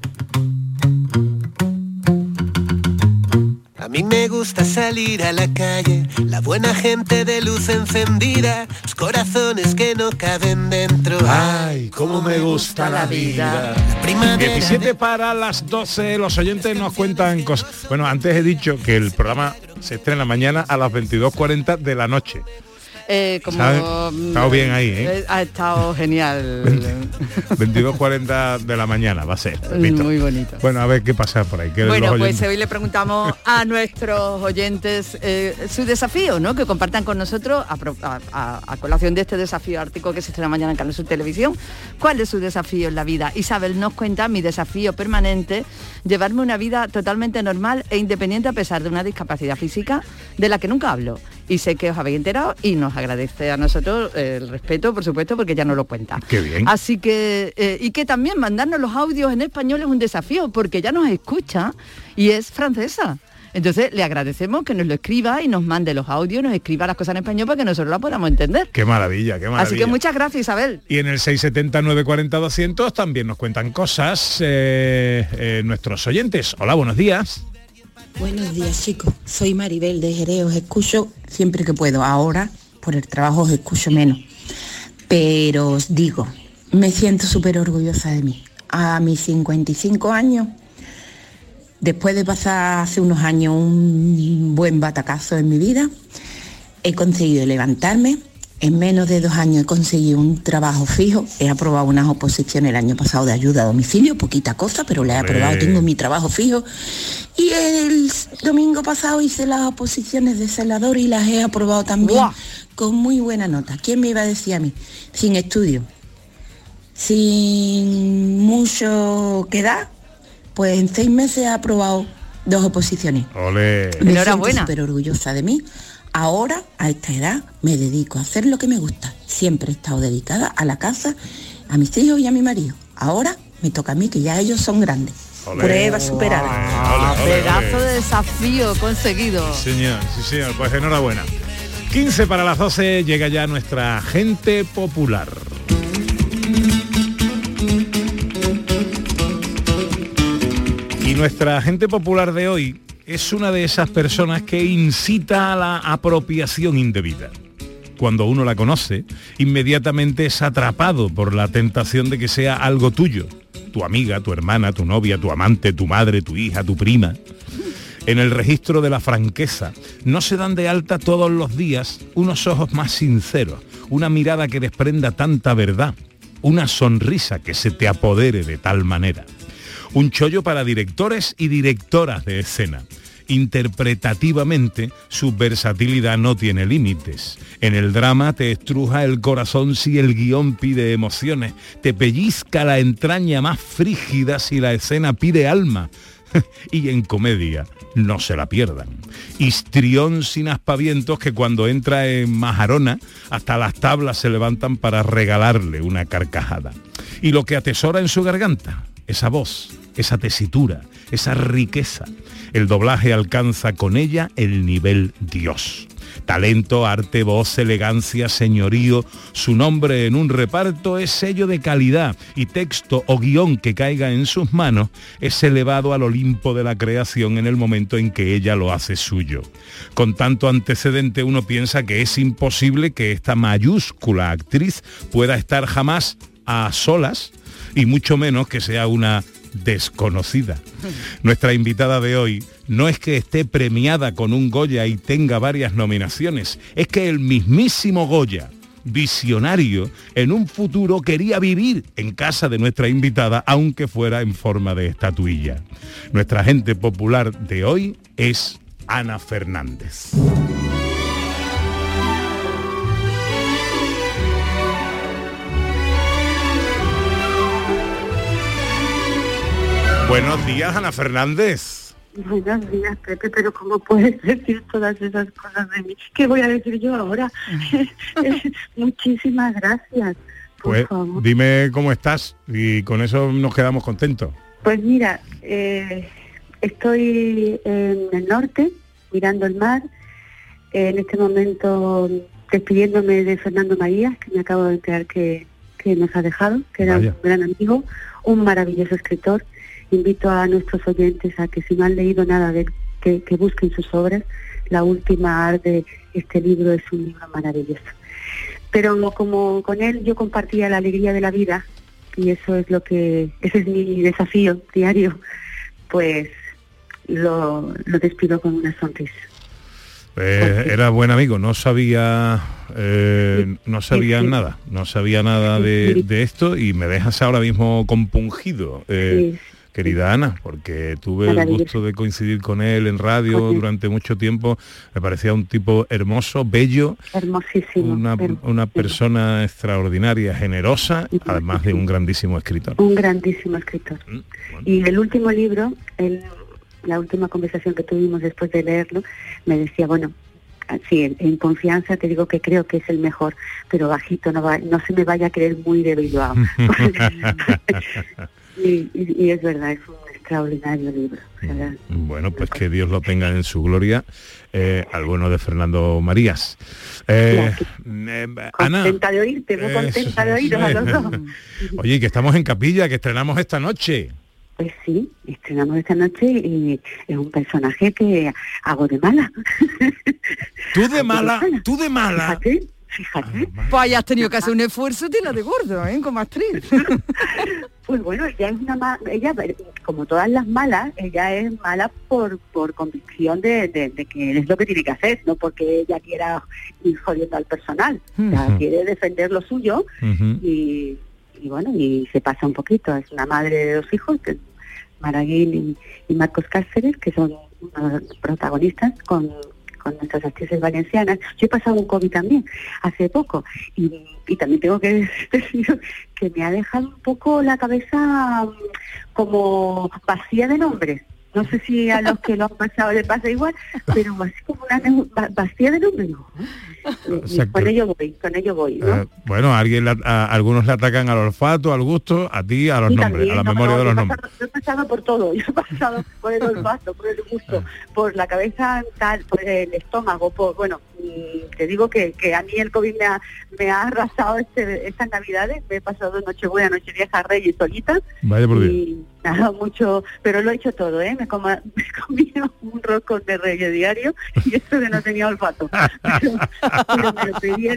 A mí me gusta salir a la calle, la buena gente de luz encendida, los corazones que no caben dentro. Ay, cómo me gusta la vida. 17 para las 12, los oyentes nos cuentan cosas. Bueno, antes he dicho que el programa se estrena mañana a las 22:40 de la noche. Como ha estado bien ahí, ¿eh? Ha estado genial. 22:40 de la mañana va a ser. Listo. Muy bonito. Bueno, a ver qué pasa por ahí. Bueno, pues hoy le preguntamos a nuestros oyentes su desafío, ¿no? Que compartan con nosotros a colación de este desafío ártico que se estrena mañana en Canal Sur Televisión. ¿Cuál es su desafío en la vida? Isabel nos cuenta: mi desafío permanente, llevarme una vida totalmente normal e independiente a pesar de una discapacidad física de la que nunca hablo. Y sé que os habéis enterado y nos agradece a nosotros el respeto, por supuesto, porque ya no lo cuenta. Qué bien. Así que, y que también mandarnos los audios en español es un desafío, porque ya nos escucha y es francesa. Entonces le agradecemos que nos lo escriba y nos mande los audios, nos escriba las cosas en español para que nosotros las podamos entender. Qué maravilla, qué maravilla. Así que muchas gracias, Isabel. Y en el 670-940-200 también nos cuentan cosas nuestros oyentes. Hola, buenos días. Buenos días, chicos. Soy Maribel de Jerez. Os escucho siempre que puedo. Ahora, por el trabajo, os escucho menos. Pero os digo, me siento súper orgullosa de mí. A mis 55 años, después de pasar hace unos años un buen batacazo en mi vida, he conseguido levantarme. En menos de 2 años he conseguido un trabajo fijo. He aprobado unas oposiciones el año pasado de ayuda a domicilio, poquita cosa, pero la he aprobado, tengo mi trabajo fijo. Y el domingo pasado hice las oposiciones de celador y las he aprobado también con muy buena nota. ¿Quién me iba a decir a mí? Sin estudio, sin mucho que dar, pues en 6 meses he aprobado 2 oposiciones. ¡Olé! Me Enhorabuena. siento súper orgullosa de mí. Ahora, a esta edad, me dedico a hacer lo que me gusta. Siempre he estado dedicada a la casa, a mis hijos y a mi marido. Ahora me toca a mí, que ya ellos son grandes. Olé. Prueba superada. Pedazo de desafío conseguido. Sí, señor. Pues enhorabuena. 15 para las 12, llega ya nuestra gente popular. Y nuestra gente popular de hoy es una de esas personas que incita a la apropiación indebida. Cuando uno la conoce, inmediatamente es atrapado por la tentación de que sea algo tuyo. Tu amiga, tu hermana, tu novia, tu amante, tu madre, tu hija, tu prima. En el registro de la franqueza no se dan de alta todos los días unos ojos más sinceros, una mirada que desprenda tanta verdad, una sonrisa que se te apodere de tal manera. Un chollo para directores y directoras de escena. Interpretativamente, su versatilidad no tiene límites. En el drama te estruja el corazón si el guión pide emociones, te pellizca la entraña más frígida si la escena pide alma. Y en comedia, no se la pierdan. Histrión sin aspavientos que cuando entra en majarona, hasta las tablas se levantan para regalarle una carcajada. Y lo que atesora en su garganta, esa voz, esa tesitura, esa riqueza. El doblaje alcanza con ella el nivel Dios. Talento, arte, voz, elegancia, señorío. Su nombre en un reparto es sello de calidad y texto o guión que caiga en sus manos es elevado al Olimpo de la creación en el momento en que ella lo hace suyo. Con tanto antecedente uno piensa que es imposible que esta mayúscula actriz pueda estar jamás a solas y mucho menos que sea una desconocida. Nuestra invitada de hoy no es que esté premiada con un Goya y tenga varias nominaciones, es que el mismísimo Goya, visionario, en un futuro quería vivir en casa de nuestra invitada, aunque fuera en forma de estatuilla. Nuestra gente popular de hoy es Ana Fernández. Buenos días, Ana Fernández. Buenos días, Pepe, pero ¿cómo puedes decir todas esas cosas de mí? ¿Qué voy a decir yo ahora? Muchísimas gracias. Pues dime cómo estás y con eso nos quedamos contentos. Pues mira, estoy en el norte, mirando el mar, en este momento despidiéndome de Fernando Marías, que me acabo de enterar que nos ha dejado, que era un gran amigo, un maravilloso escritor. Invito a nuestros oyentes a que si no han leído nada de él, que busquen sus obras. La última arte, este libro es un libro maravilloso. Pero como con él yo compartía la alegría de la vida, y ese es mi desafío diario, pues lo despido con una sonrisa. Era buen amigo, no sabía nada de esto y me dejas ahora mismo compungido, querida Ana, porque tuve el gusto de coincidir con él en radio durante mucho tiempo. Me parecía un tipo hermoso, bello, hermosísimo, una persona extraordinaria, generosa, además de un grandísimo escritor. Un grandísimo escritor. Bueno. Y el último libro, la última conversación que tuvimos después de leerlo, me decía, bueno, sí, en confianza te digo que creo que es el mejor, pero bajito, no se me vaya a creer muy de Bilbao. y es verdad, es un extraordinario libro. Bueno, pues que Dios lo tenga en su gloria, al bueno de Fernando Marías. Ana, contenta de oírte, muy contenta de oíros a los dos. Oye, que estamos en Capilla, que estrenamos esta noche. Pues sí, estrenamos esta noche y es un personaje que hago de mala. ¿Tú de mala? Fíjate. Pues hayas tenido que hacer un esfuerzo tela de gordo, como actriz. Pues bueno, ella como todas las malas, ella es mala por convicción de que es lo que tiene que hacer, no porque ella quiera ir jodiendo al personal. Ella quiere defender lo suyo y bueno, y se pasa un poquito. Es una madre de 2 hijos, que Maraguil y Marcos Cáceres, que son unos protagonistas con nuestras actrices valencianas. Yo he pasado un COVID también, hace poco, y también tengo que decir que me ha dejado un poco la cabeza como vacía de nombres. No sé si a los que lo han pasado les pasa igual, pero así como una vacía de nombres, ¿no? Con ello voy, ¿no? Bueno, algunos le atacan al olfato, al gusto, a ti a los nombres, también, a la memoria de los nombres. Yo he pasado por todo, yo he pasado por el olfato, por el gusto, por la cabeza tal, por el estómago, te digo que a mí el COVID me ha arrasado estas navidades. Me he pasado Nochebuena, Nochevieja, Reyes solita. Vaya por Dios. Y nada, mucho, pero lo he hecho todo, me comí un roscón de Reyes diario y eso que no tenía olfato. Pero me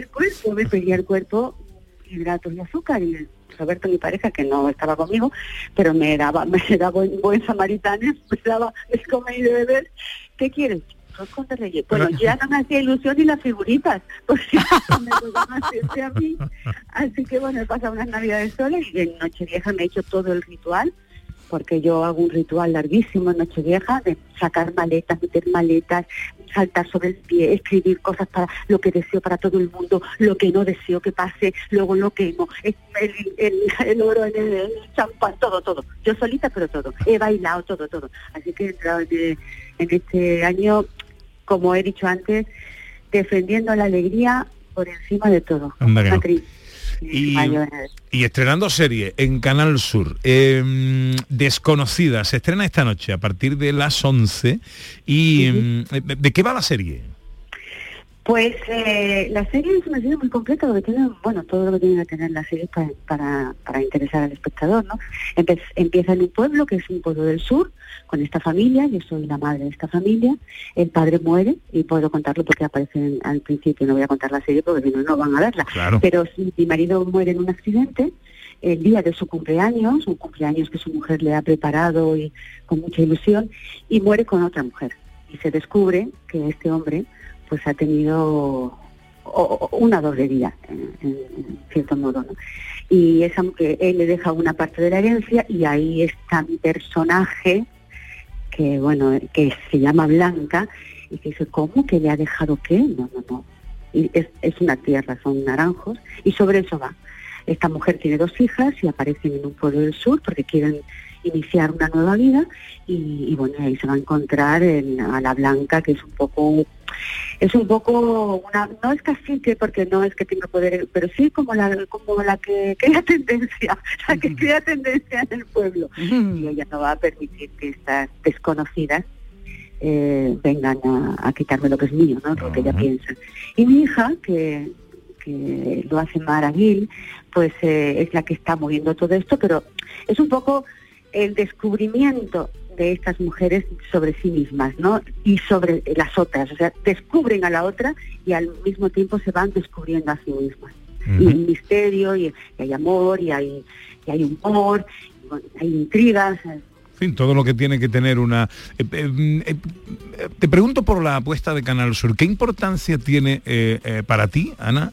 pedía el cuerpo hidratos y azúcar, y Roberto, mi pareja, que no estaba conmigo, pero me daba buen samaritano, me daba de comer y de beber. ¿Qué quieres? Roscón de Reyes. Bueno, ya no me hacía ilusión ni las figuritas, porque me tocaban siempre a mí. Así que bueno, he pasado unas navidades solas y en Nochevieja me he hecho todo el ritual, porque yo hago un ritual larguísimo en Nochevieja, de sacar maletas, meter maletas, saltar sobre el pie, escribir cosas para lo que deseo para todo el mundo, lo que no deseo que pase, luego lo quemo, el oro en el champán, todo. Yo solita, pero todo. He bailado todo. Así que he entrado en este año, como he dicho antes, defendiendo la alegría por encima de todo. Y estrenando serie en Canal Sur, Desconocida, se estrena esta noche a partir de las 11. ¿Y de qué va la serie? Pues la serie es una serie muy completa, porque tiene, todo lo que tiene que tener la serie para interesar al espectador, ¿no? Empieza en un pueblo, que es un pueblo del sur, con esta familia. Yo soy la madre de esta familia. El padre muere, y puedo contarlo porque aparece al principio. No voy a contar la serie porque si no van a verla. Claro. Pero mi marido muere en un accidente el día de su cumpleaños, un cumpleaños que su mujer le ha preparado y con mucha ilusión, y muere con otra mujer. Y se descubre que este hombre pues ha tenido una doble vida, en cierto modo, ¿no? Y él le deja una parte de la herencia, y ahí está mi personaje, que se llama Blanca, y que dice, ¿cómo que le ha dejado qué? No. Y es una tierra, son naranjos, y sobre eso va. Esta mujer tiene 2 hijas y aparecen en un pueblo del sur porque quieren iniciar una nueva vida, y ahí se va a encontrar a la Blanca, que es un poco una, no es cacique porque no es que tenga poder, pero sí como la que crea tendencia, en el pueblo. Y ella no va a permitir que estas desconocidas vengan a quitarme lo que es mío, ¿no? Lo que ella piensa. Y mi hija, que lo hace Maraguil, pues es la que está moviendo todo esto, pero es un poco el descubrimiento de estas mujeres sobre sí mismas, ¿no? Y sobre las otras, o sea, descubren a la otra y al mismo tiempo se van descubriendo a sí mismas. Y hay misterio, y hay amor, y hay humor, hay intrigas, En fin, todo lo que tiene que tener una... te pregunto por la apuesta de Canal Sur. ¿Qué importancia tiene para ti, Ana,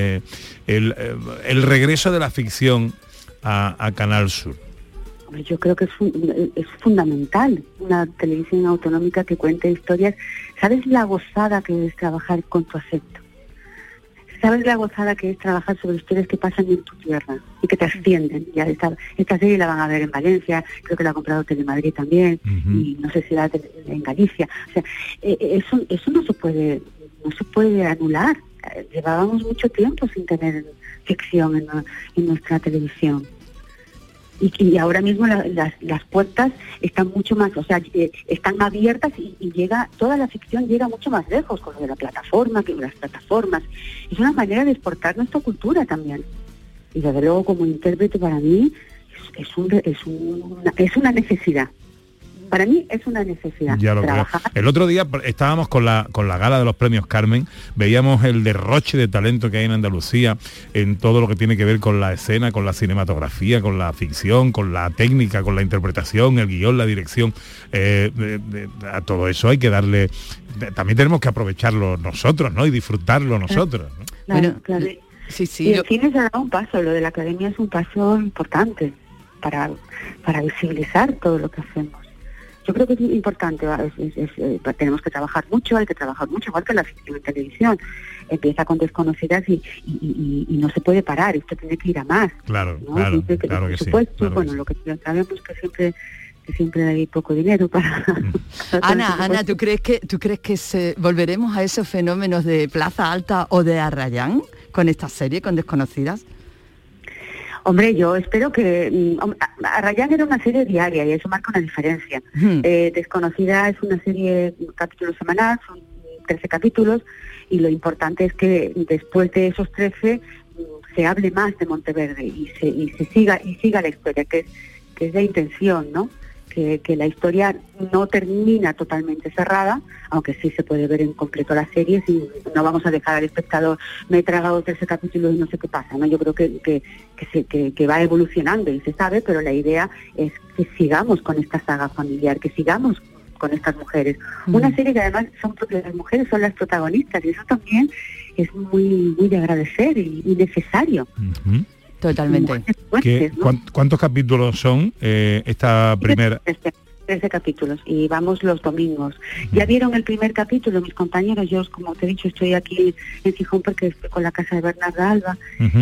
el regreso de la ficción a Canal Sur? Yo creo que es fundamental una televisión autonómica que cuente historias. ¿Sabes la gozada que es trabajar con tu acento? ¿Sabes la gozada que es trabajar sobre historias que pasan en tu tierra y que te ascienden? Ya esta serie la van a ver en Valencia, creo que la ha comprado Telemadrid también, y no sé si la en Galicia. O sea, eso no se puede anular. Llevábamos mucho tiempo sin tener ficción en nuestra televisión. Y ahora mismo las puertas están mucho más, o sea, están abiertas y toda la ficción llega mucho más lejos con lo de la plataforma, que las plataformas. Es una manera de exportar nuestra cultura también. Y desde luego como intérprete para mí es una necesidad. Para mí es una necesidad. Ya lo creo. El otro día estábamos con la gala de los premios Carmen, veíamos el derroche de talento que hay en Andalucía en todo lo que tiene que ver con la escena, con la cinematografía, con la ficción, con la técnica, con la interpretación, el guión, la dirección. A todo eso hay que darle... También tenemos que aprovecharlo nosotros, ¿no? Y disfrutarlo nosotros, ¿no? Claro. Sí. Y el cine se ha dado un paso, lo de la academia es un paso importante para visibilizar todo lo que hacemos. Yo creo que es importante, tenemos que trabajar mucho, hay que trabajar mucho, igual que la ficción en televisión. Empieza con Desconocidas y no se puede parar, esto tiene que ir a más. Claro, ¿no? claro que sí. Supuesto, Claro bueno, que sí. Lo que sabemos que siempre hay poco dinero para... Ana, ¿tú crees que volveremos a esos fenómenos de Plaza Alta o de Arrayán con esta serie, con Desconocidas? Hombre, yo espero que... Arrayán era una serie diaria y eso marca una diferencia. Desconocida es una serie, capítulo semanal, son 13 capítulos, y lo importante es que después de esos 13 se hable más de Monteverde y se siga la historia, que es la intención, ¿no? Que la historia no termina totalmente cerrada, aunque sí se puede ver en completo la serie, y no vamos a dejar al espectador, me he tragado 13 capítulos y no sé qué pasa, ¿no? Yo creo que va evolucionando y se sabe, pero la idea es que sigamos con esta saga familiar, que sigamos con estas mujeres. Una serie que además las mujeres son las protagonistas, y eso también es muy, muy de agradecer y necesario. Totalmente. ¿Cuántos capítulos son esta primera? 13 capítulos y vamos los domingos. Ya vieron el primer capítulo mis compañeros, yo como te he dicho estoy aquí en Gijón porque estoy con la casa de Bernarda Alba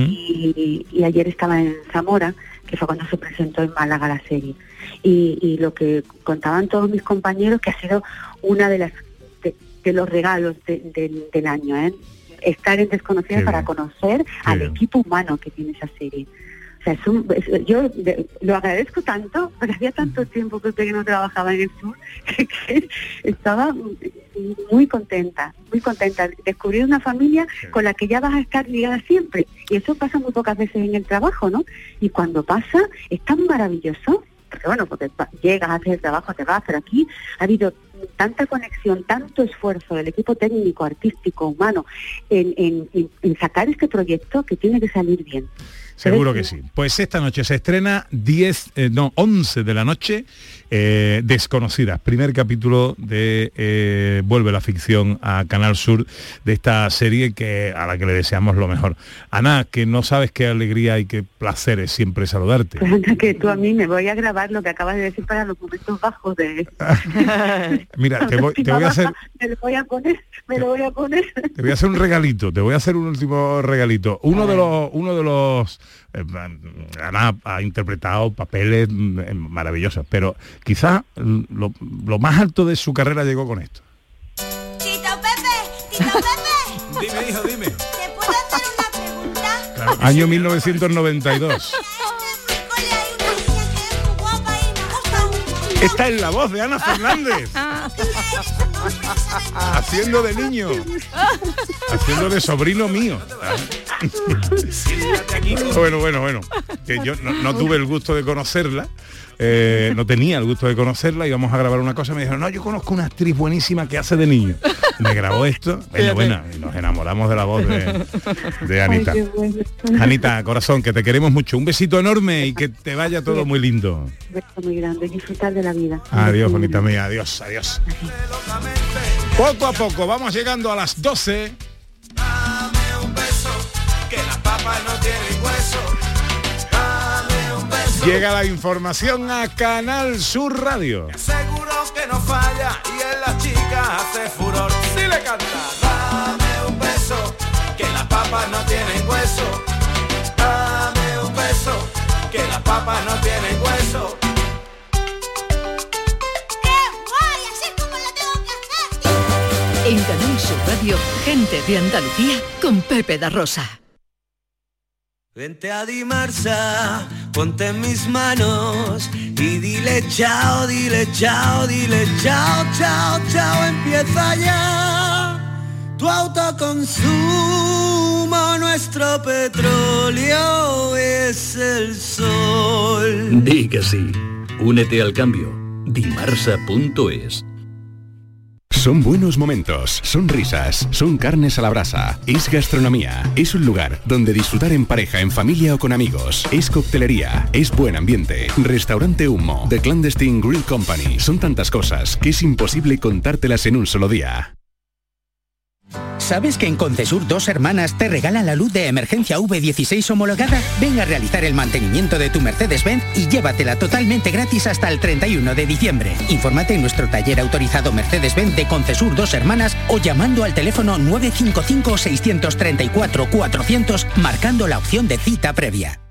y ayer estaba en Zamora, que fue cuando se presentó en Málaga la serie. Y lo que contaban todos mis compañeros, que ha sido una de los regalos del año, estar en Desconocidas para conocer al equipo humano que tiene esa serie. O sea, yo lo agradezco tanto, porque hacía tanto tiempo que no trabajaba en el sur, que estaba muy contenta. Descubrir una familia con la que ya vas a estar ligada siempre. Y eso pasa muy pocas veces en el trabajo, ¿no? Y cuando pasa, es tan maravilloso. Porque llegas a hacer el trabajo, te vas, pero aquí ha habido tanta conexión, tanto esfuerzo del equipo técnico, artístico, humano, en sacar este proyecto que tiene que salir bien. Seguro que sí. Pues esta noche se estrena 11 de la noche, Desconocidas, primer capítulo de Vuelve la ficción a Canal Sur, de esta serie a la que le deseamos lo mejor. Ana, que no sabes qué alegría y qué placer es siempre saludarte. Pues anda, que tú a mí me voy a grabar lo que acabas de decir para los momentos bajos de... Mira, te voy a hacer... Me lo voy a poner. Te voy a hacer un regalito, te voy a hacer un último regalito. Uno de los Ana ha interpretado papeles maravillosos, pero quizá lo más alto de su carrera llegó con esto. Tito Pepe. Dime, hijo, dime. ¿Te puedo hacer una pregunta? Claro, año 1992. Esta es la voz de Ana Fernández. Haciendo de niño. Haciendo de sobrino mío. Bueno. Que yo no tuve el gusto de conocerla. No tenía el gusto de conocerla, íbamos a grabar una cosa, me dijeron, no, yo conozco una actriz buenísima que hace de niño. me grabó esto. Bueno, y nos enamoramos de la voz de Anita. Ay, qué bueno. Anita, corazón, que te queremos mucho. Un besito enorme y que te vaya todo muy lindo. Un beso muy grande, disfrutar de la vida. Adiós, bonita mía, adiós, adiós. Poco a poco, vamos llegando a las 12. Dame un beso, que las papas no tienen hueso. Dame un beso. Llega la información a Canal Sur Radio. Seguro que no falla y en las chicas hace furor. Si le canta, dame un beso, que las papas no tienen hueso. Dame un beso, que las papas no tienen hueso. En Canal Sur Radio, gente de Andalucía con Pepe da Rosa. Vente a Dimarsa, ponte en mis manos y dile chao, dile chao, dile chao, chao, chao, empieza ya tu autoconsumo, nuestro petróleo es el sol. Di que sí, únete al cambio, dimarsa.es. Son buenos momentos, son risas, son carnes a la brasa, es gastronomía, es un lugar donde disfrutar en pareja, en familia o con amigos, es coctelería, es buen ambiente, restaurante Humo, The Clandestine Grill Company, son tantas cosas que es imposible contártelas en un solo día. ¿Sabes que en Concesur Dos Hermanas te regalan la luz de emergencia V16 homologada? Ven a realizar el mantenimiento de tu Mercedes-Benz y llévatela totalmente gratis hasta el 31 de diciembre. Infórmate en nuestro taller autorizado Mercedes-Benz de Concesur Dos Hermanas o llamando al teléfono 955 634 400 marcando la opción de cita previa.